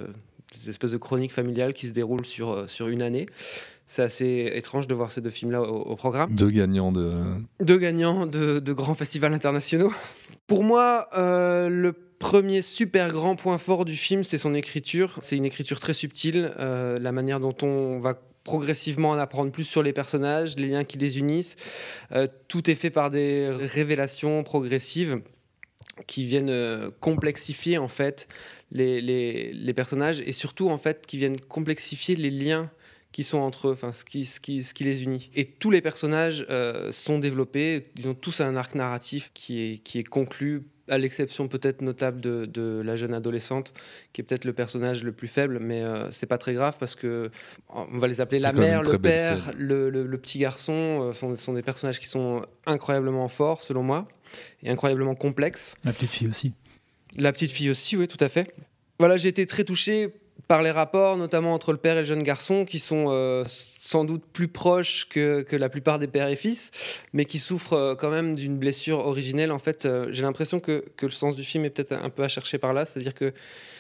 des espèces de chroniques familiales qui se déroulent sur, euh, sur une année. C'est assez étrange de voir ces deux films-là au, au programme. Deux gagnants de... Deux gagnants de, de grands festivals internationaux. Pour moi, euh, le premier super grand point fort du film, c'est son écriture. C'est une écriture très subtile, euh, la manière dont on va progressivement en apprendre plus sur les personnages, les liens qui les unissent. Euh, tout est fait par des révélations progressives qui viennent euh, complexifier en fait les, les, les personnages et surtout en fait qui viennent complexifier les liens qui sont entre eux, enfin ce qui, ce qui, ce qui les unit. Et tous les personnages euh, sont développés, ils ont tous un arc narratif qui est, qui est conclu, à l'exception peut-être notable de, de la jeune adolescente, qui est peut-être le personnage le plus faible, mais euh, c'est pas très grave parce que on va les appeler la mère, le père, le, le, le petit garçon, euh, sont, sont des personnages qui sont incroyablement forts selon moi et incroyablement complexes. La petite fille aussi. La petite fille aussi, oui, tout à fait. Voilà, j'ai été très touché par les rapports, notamment entre le père et le jeune garçon, qui sont euh, sans doute plus proches que, que la plupart des pères et fils, mais qui souffrent euh, quand même d'une blessure originelle. En fait, euh, j'ai l'impression que, que le sens du film est peut-être un peu à chercher par là, c'est-à-dire que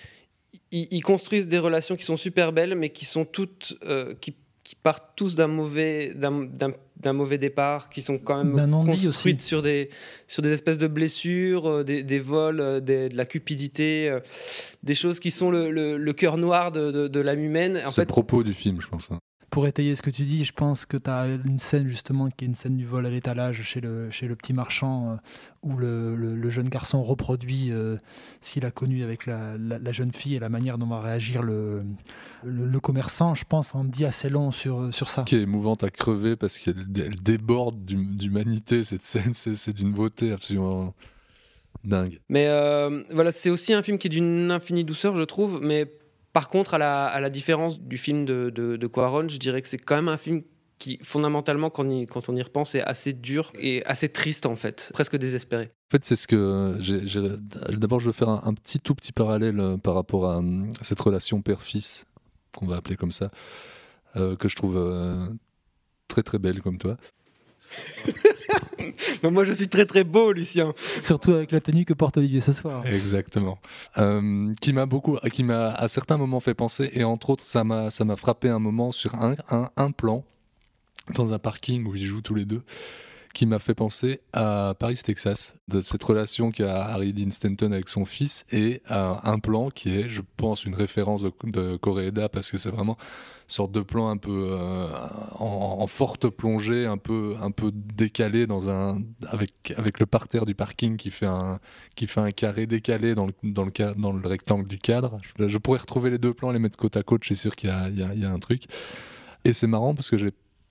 ils, ils construisent des relations qui sont super belles, mais qui sont toutes, euh, qui, qui partent tous d'un mauvais, d'un, d'un, d'un mauvais départ, qui sont quand même construites sur des, sur des espèces de blessures, euh, des, des vols, euh, des, de la cupidité, euh, des choses qui sont le, le, le cœur noir de, de, de l'âme humaine. En C'est fait, le propos du film, je pense. Hein. Pour étayer ce que tu dis, je pense que tu as une scène justement qui est une scène du vol à l'étalage chez le, chez le petit marchand euh, où le, le, le jeune garçon reproduit euh, ce qu'il a connu avec la, la, la jeune fille et la manière dont va réagir le, le, le commerçant, je pense, en dit assez long sur, sur ça. Qui est émouvante à crever parce qu'elle elle déborde d'humanité, cette scène, c'est, c'est d'une beauté absolument dingue. Mais euh, voilà, c'est aussi un film qui est d'une infinie douceur, je trouve, mais par contre, à la, à la différence du film de, de, de Cuarón, je dirais que c'est quand même un film qui, fondamentalement, quand on y, quand on y repense, est assez dur et assez triste, en fait, presque désespéré. En fait, c'est ce que j'ai, j'ai... D'abord, je veux faire un, un petit, tout petit parallèle euh, par rapport à, à cette relation père-fils, qu'on va appeler comme ça, euh, que je trouve euh, très très belle, comme toi. Non, moi je suis très très beau, Lucien. Surtout avec la tenue que porte Olivier ce soir. Exactement. Euh, qui m'a beaucoup, qui m'a à certains moments fait penser, et entre autres ça m'a, ça m'a frappé un moment sur un, un, un plan dans un parking où ils jouent tous les deux, qui m'a fait penser à Paris, Texas, de cette relation qu'a Harry Dean Stanton avec son fils, et à un plan qui est, je pense, une référence de, de Koreeda, parce que c'est vraiment une sorte de plan un peu euh, en, en forte plongée, un peu, un peu décalé dans un, avec, avec le parterre du parking qui fait un, qui fait un carré décalé dans le, dans le, dans le rectangle du cadre. Je, je pourrais retrouver les deux plans, les mettre côte à côte, je suis sûr qu'il y a, il y a, il y a un truc. Et c'est marrant parce que j'ai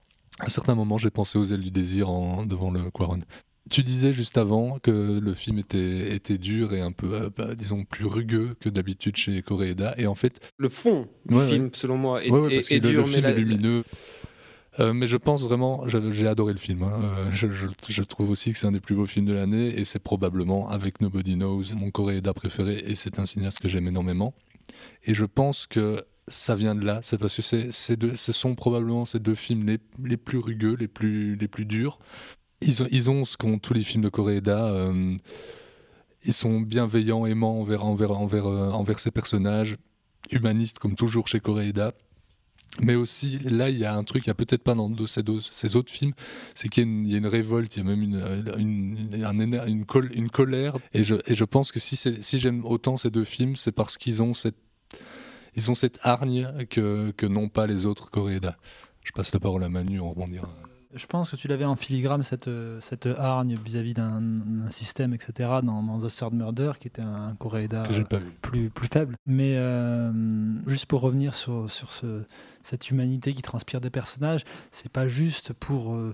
à certains moments, j'ai pensé aux ailes du désir en, devant le Cuarón. Tu disais juste avant que le film était, était dur et un peu, euh, bah, disons, plus rugueux que d'habitude chez Koreeda. Et en fait, le fond du ouais, film, ouais. selon moi, est, ouais, ouais, parce est, est que dur. Le, le film mais est la... lumineux. Euh, mais je pense vraiment, je, j'ai adoré le film. Hein. Euh, je, je, je trouve aussi que c'est un des plus beaux films de l'année et c'est probablement, avec Nobody Knows, mon Koreeda préféré et c'est un cinéaste que j'aime énormément. Et je pense que ça vient de là, c'est parce que c'est, c'est de, ce sont probablement ces deux films les, les plus rugueux, les plus, les plus durs. Ils ont, ils ont ce qu'ont tous les films de Koreeda. Euh, ils sont bienveillants, aimants envers, envers, envers, euh, envers ces personnages, humanistes comme toujours chez Koreeda. Mais aussi, là, il y a un truc, il n'y a peut-être pas dans ces, deux, ces autres films, c'est qu'il y a une, il y a une révolte, il y a même une, une, une, une, col, une colère. Et je, et je pense que si, c'est, si j'aime autant ces deux films, c'est parce qu'ils ont cette Ils ont cette hargne que, que n'ont pas les autres Koreeda. Je passe la parole à Manu, on rebondira. Je pense que tu l'avais en filigrane, cette, cette hargne vis-à-vis d'un, d'un système, et cetera, dans, dans The Third Murder, qui était un Koreeda plus, plus faible. Mais euh, juste pour revenir sur, sur ce, cette humanité qui transpire des personnages, c'est pas juste pour... Euh,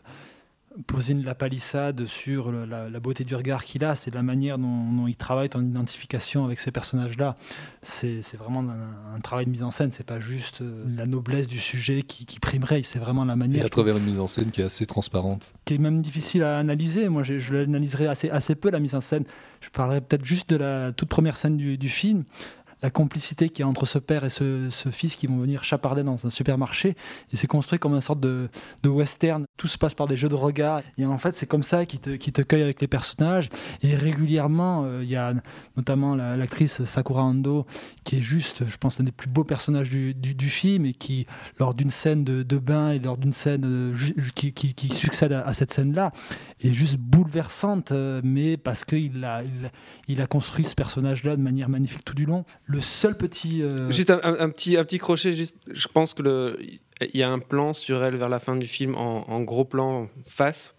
poser la palissade sur le, la, la beauté du regard qu'il a, c'est la manière dont, dont il travaille en identification avec ces personnages-là. C'est, c'est vraiment un, un travail de mise en scène, c'est pas juste la noblesse du sujet qui, qui primerait, c'est vraiment la manière... Et à travers une mise en scène qui est assez transparente. Qui est même difficile à analyser, moi je, je l'analyserai assez, assez peu la mise en scène. Je parlerai peut-être juste de la toute première scène du, du film, la complicité qu'il y a entre ce père et ce, ce fils qui vont venir chaparder dans un supermarché. Et c'est construit comme une sorte de, de western. Tout se passe par des jeux de regard. Et en fait, c'est comme ça qu'il te, qu'il te cueille avec les personnages. Et régulièrement, il euh, y a notamment la, l'actrice Sakura Ando, qui est juste, je pense, un des plus beaux personnages du, du, du film, et qui, lors d'une scène de, de bain et lors d'une scène euh, qui, qui, qui succède à, à cette scène-là, est juste bouleversante, euh, mais parce qu'il a, il, il a construit ce personnage-là de manière magnifique tout du long. Le seul petit... Euh... Juste un, un, un, petit, un petit crochet, juste, je pense que le, il y a un plan sur elle vers la fin du film, en, en gros plan face,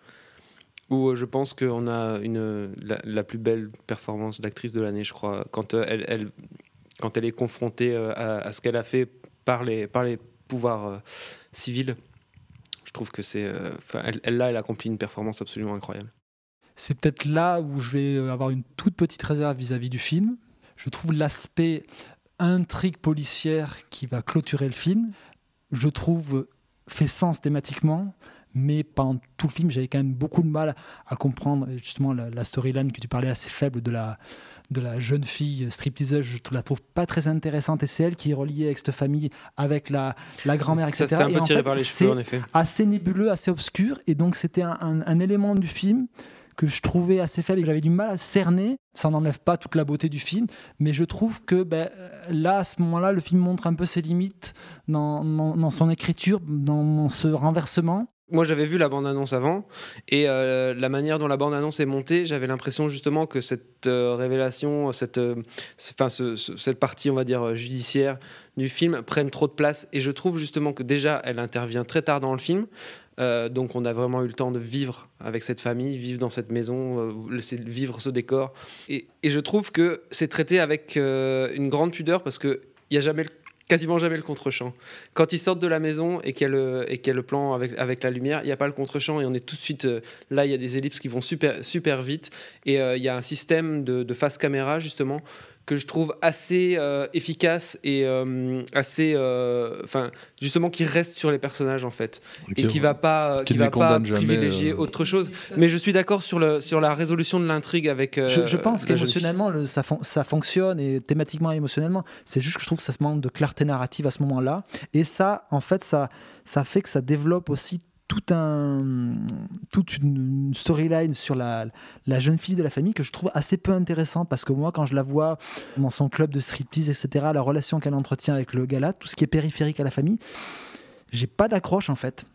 où je pense qu'on a une, la, la plus belle performance d'actrice de l'année, je crois, quand elle, elle, quand elle est confrontée à, à ce qu'elle a fait par les, par les pouvoirs euh, civils. Je trouve que c'est... Euh, elle, elle, là, elle accomplit une performance absolument incroyable. C'est peut-être là où je vais avoir une toute petite réserve vis-à-vis du film. Je trouve l'aspect intrigue policière qui va clôturer le film, je trouve, fait sens thématiquement, mais pendant tout le film, j'avais quand même beaucoup de mal à comprendre justement la, la storyline que tu parlais, assez faible de la, de la jeune fille stripteaseuse. Je la trouve pas très intéressante, et c'est elle qui est reliée avec cette famille, avec la, la grand-mère, ça, et cetera. C'est un peu et tiré en fait, par les cheveux, en effet. Assez nébuleux, assez obscur, et donc c'était un, un, un élément du film que je trouvais assez faible et que j'avais du mal à cerner. Ça n'enlève pas toute la beauté du film, mais je trouve que ben, là, à ce moment-là, le film montre un peu ses limites dans, dans, dans son écriture, dans ce renversement. Moi, j'avais vu la bande-annonce avant, et euh, la manière dont la bande-annonce est montée, j'avais l'impression justement que cette euh, révélation, cette, euh, enfin, ce, ce, cette partie, on va dire, judiciaire du film prenne trop de place. Et je trouve justement que déjà, elle intervient très tard dans le film. Euh, donc on a vraiment eu le temps de vivre avec cette famille, vivre dans cette maison, euh, laisser vivre ce décor. Et, et je trouve que c'est traité avec euh, une grande pudeur, parce qu'il n'y a jamais le quasiment jamais le contre-champ. Quand ils sortent de la maison et qu'il y a le, et qu'il y a le plan avec, avec la lumière, il n'y a pas le contre-champ, et on est tout de suite... Euh, là, il y a des ellipses qui vont super, super vite, et euh, il y a un système de, de face caméra, justement, que je trouve assez euh, efficace et euh, assez... Enfin, euh, justement, qui reste sur les personnages, en fait. Okay, et qui ne va pas, qui qui va pas privilégier jamais, euh... autre chose. Mais je suis d'accord sur, le, sur la résolution de l'intrigue avec... Euh, je, je pense qu'émotionnellement, le, ça, fon- ça fonctionne, et thématiquement et émotionnellement. C'est juste que je trouve que ça se manque de clarté narrative à ce moment-là. Et ça, en fait, ça, ça fait que ça développe aussi tout un, toute une storyline sur la, la jeune fille de la famille que je trouve assez peu intéressante, parce que moi, quand je la vois dans son club de striptease, et cetera, la relation qu'elle entretient avec le gars-là, tout ce qui est périphérique à la famille, j'ai pas d'accroche, en fait.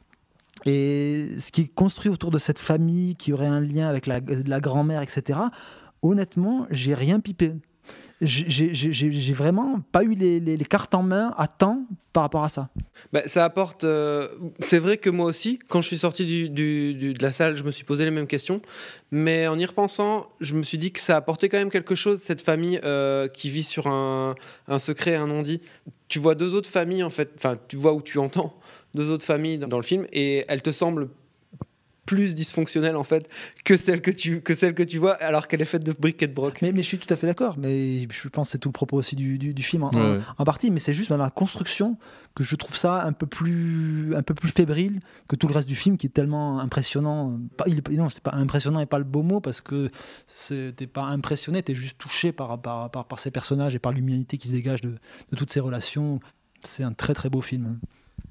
Et ce qui est construit autour de cette famille qui aurait un lien avec la, la grand-mère, et cetera, honnêtement, j'ai rien pipé. J'ai, j'ai, j'ai vraiment pas eu les, les, les cartes en main à temps par rapport à ça. Bah, ça apporte. Euh, c'est vrai que moi aussi, quand je suis sorti du, du, du, de la salle, je me suis posé les mêmes questions. Mais en y repensant, je me suis dit que ça apportait quand même quelque chose, cette famille euh, qui vit sur un, un secret, un non-dit. Tu vois deux autres familles, en fait. Enfin, tu vois où tu entends deux autres familles dans, dans le film, et elles te semblent plus dysfonctionnelle, en fait, que celle que tu, que celle que tu vois, alors qu'elle est faite de briques et de broc. Mais, mais je suis tout à fait d'accord, mais je pense que c'est tout le propos aussi du, du, du film en, ouais, en, ouais. en partie, mais c'est juste dans la construction que je trouve ça un peu plus, un peu plus fébrile que tout le reste du film, qui est tellement impressionnant. Pas, il, non, c'est pas impressionnant et pas le beau mot, parce que c'est, t'es pas impressionné, t'es juste touché par, par, par, par ces personnages et par l'humanité qui se dégage de, de toutes ces relations. C'est un très très beau film.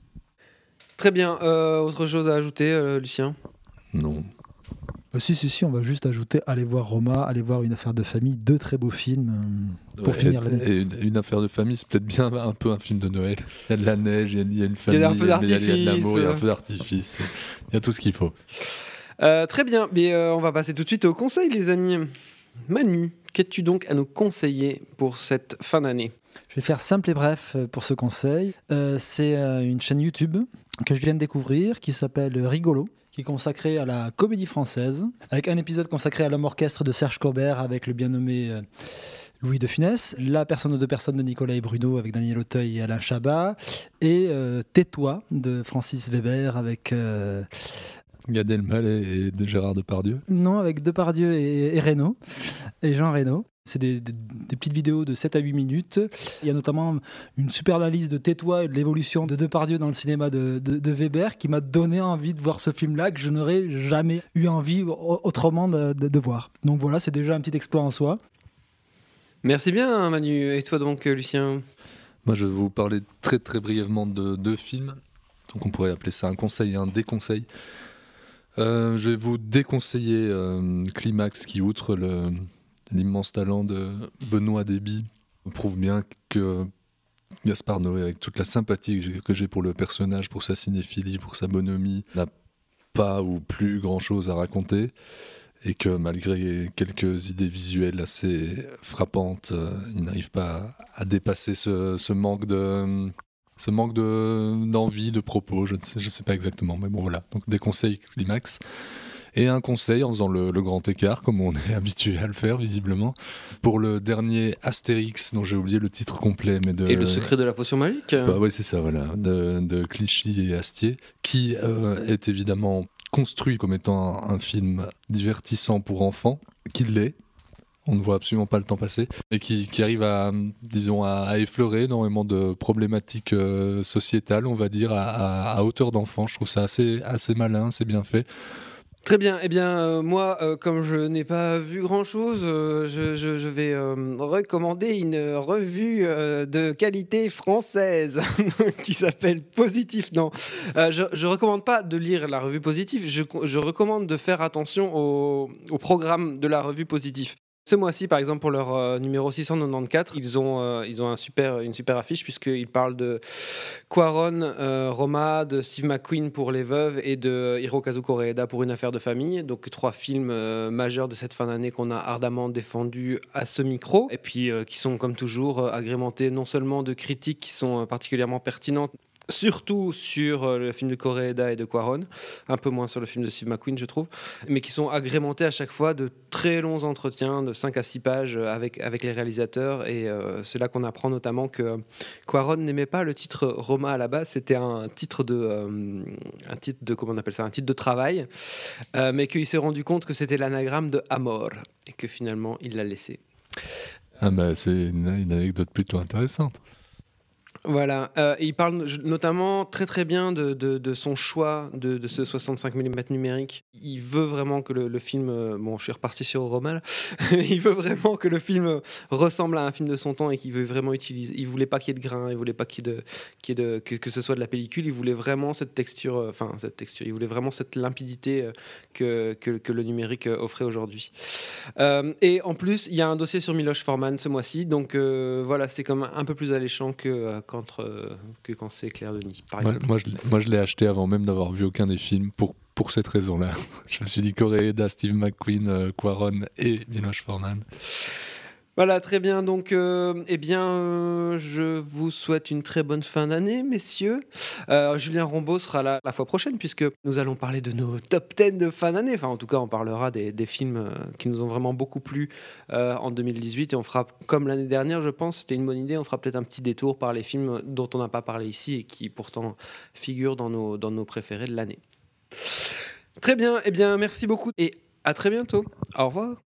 Très bien. Euh, autre chose à ajouter, euh, Lucien ? Non. Euh, si, si, si, on va juste ajouter, allez voir Roma, allez voir Une affaire de famille, deux très beaux films euh, pour ouais, finir l'année. Et une, une affaire de famille, c'est peut-être bien un peu un film de Noël. Il y a de la neige, il y a, il y a une famille, il y a un feu d'artifice, il y a, il y a de l'amour, il y a un feu d'artifice, il y a tout ce qu'il faut. Euh, très bien, mais euh, on va passer tout de suite au conseil, les amis. Manu, qu'as-tu donc à nous conseiller pour cette fin d'année ? Je vais faire simple et bref pour ce conseil. Euh, c'est euh, une chaîne YouTube que je viens de découvrir qui s'appelle Rigolo, qui est consacrée à la comédie française, avec un épisode consacré à l'homme orchestre de Serge Cobert avec le bien nommé euh, Louis de Funès, La personne aux deux personnes de Nicolas et Bruno avec Daniel Auteuil et Alain Chabat, et euh, Tais-toi de Francis Weber avec... Euh, Gad Elmaleh et de Gérard Depardieu. Non, avec Depardieu et, et Reynaud, et Jean Reynaud. C'est des, des, des petites vidéos de sept à huit minutes. Il y a notamment une super analyse de Tais-toi et de l'évolution de Depardieu dans le cinéma de, de, de Weber qui m'a donné envie de voir ce film-là que je n'aurais jamais eu envie autrement de, de, de voir. Donc voilà, c'est déjà un petit exploit en soi. Merci bien, Manu. Et toi donc, Lucien ? Moi, je vais vous parler très très brièvement de deux films. Donc, on pourrait appeler ça un conseil et un déconseil. Euh, je vais vous déconseiller euh, Climax, qui, outre le, l'immense talent de Benoît Deby, prouve bien que Gaspard Noé, avec toute la sympathie que j'ai, que j'ai pour le personnage, pour sa cinéphilie, pour sa bonhomie, n'a pas ou plus grand-chose à raconter. Et que malgré quelques idées visuelles assez frappantes, euh, il n'arrive pas à, à dépasser ce, ce manque de, ce manque de, d'envie, de propos, je ne sais, je sais pas exactement, mais bon voilà. Donc des conseils Climax. Et un conseil en faisant le, le grand écart, comme on est habitué à le faire visiblement, pour le dernier Astérix, dont j'ai oublié le titre complet. Mais de, et le secret de la potion magique. Bah, oui, c'est ça, voilà, de, de Clichy et Astier, qui euh, est évidemment construit comme étant un, un film divertissant pour enfants, qui l'est, on ne voit absolument pas le temps passer, et qui, qui arrive à, disons, à, à effleurer énormément de problématiques euh, sociétales, on va dire, à, à, à hauteur d'enfant. Je trouve ça assez, assez malin, c'est bien fait. Très bien. Eh bien, euh, moi, euh, comme je n'ai pas vu grand-chose, euh, je, je, je vais euh, recommander une revue euh, de qualité française qui s'appelle Positif. Non, euh, je ne recommande pas de lire la revue Positif. Je, je recommande de faire attention au, au programme de la revue Positif. Ce mois-ci, par exemple, pour leur euh, numéro six cent quatre-vingt-quatorze, ils ont, euh, ils ont un super, une super affiche puisqu'ils parlent de Cuarón, euh, Roma, de Steve McQueen pour Les Veuves et de Hirokazu Koreeda pour Une affaire de famille. Donc trois films euh, majeurs de cette fin d'année qu'on a ardemment défendus à ce micro et puis euh, qui sont comme toujours euh, agrémentés non seulement de critiques qui sont euh, particulièrement pertinentes, surtout sur euh, le film de Koreeda et de Cuarón, un peu moins sur le film de Steve McQueen, je trouve, mais qui sont agrémentés à chaque fois de très longs entretiens de cinq à six pages avec, avec les réalisateurs. Et euh, c'est là qu'on apprend notamment que euh, Cuarón n'aimait pas le titre Roma à la base, c'était un titre de, euh, un titre de, comment on appelle ça, un titre de travail, euh, mais qu'il s'est rendu compte que c'était l'anagramme de Amor et que finalement il l'a laissé. Ah bah c'est une, une anecdote plutôt intéressante. Voilà, euh, et il parle notamment très très bien de, de, de son choix de, de ce soixante-cinq millimètres numérique. Il veut vraiment que le, le film, euh, bon je suis reparti sur Roma là, il veut vraiment que le film ressemble à un film de son temps et qu'il veut vraiment utiliser, il voulait pas qu'il y ait de grains, il voulait pas qu'il y ait de, qu'il y ait de que, que ce soit de la pellicule, il voulait vraiment cette texture, euh, enfin cette texture, il voulait vraiment cette limpidité euh, que, que, que le numérique offrait aujourd'hui. Euh, et en plus, il y a un dossier sur Miloš Forman ce mois-ci, donc euh, voilà, c'est comme un peu plus alléchant que euh, quand Entre, que quand c'est Claire Denis, par moi, exemple. Moi, je, moi, je l'ai acheté avant même d'avoir vu aucun des films pour, pour cette raison-là. Je me suis dit Koreeda, Steve McQueen, euh, Cuarón et Miloš Forman. Voilà, très bien. Donc, euh, eh bien, euh, je vous souhaite une très bonne fin d'année, messieurs. Euh, Julien Rombaud sera là la fois prochaine, puisque nous allons parler de nos top dix de fin d'année. Enfin, en tout cas, on parlera des, des films euh, qui nous ont vraiment beaucoup plu euh, en deux mille dix-huit. Et on fera, comme l'année dernière, je pense, c'était une bonne idée, on fera peut-être un petit détour par les films dont on n'a pas parlé ici et qui, pourtant, figurent dans nos, dans nos préférés de l'année. Très bien. Eh bien, merci beaucoup et à très bientôt. Au revoir.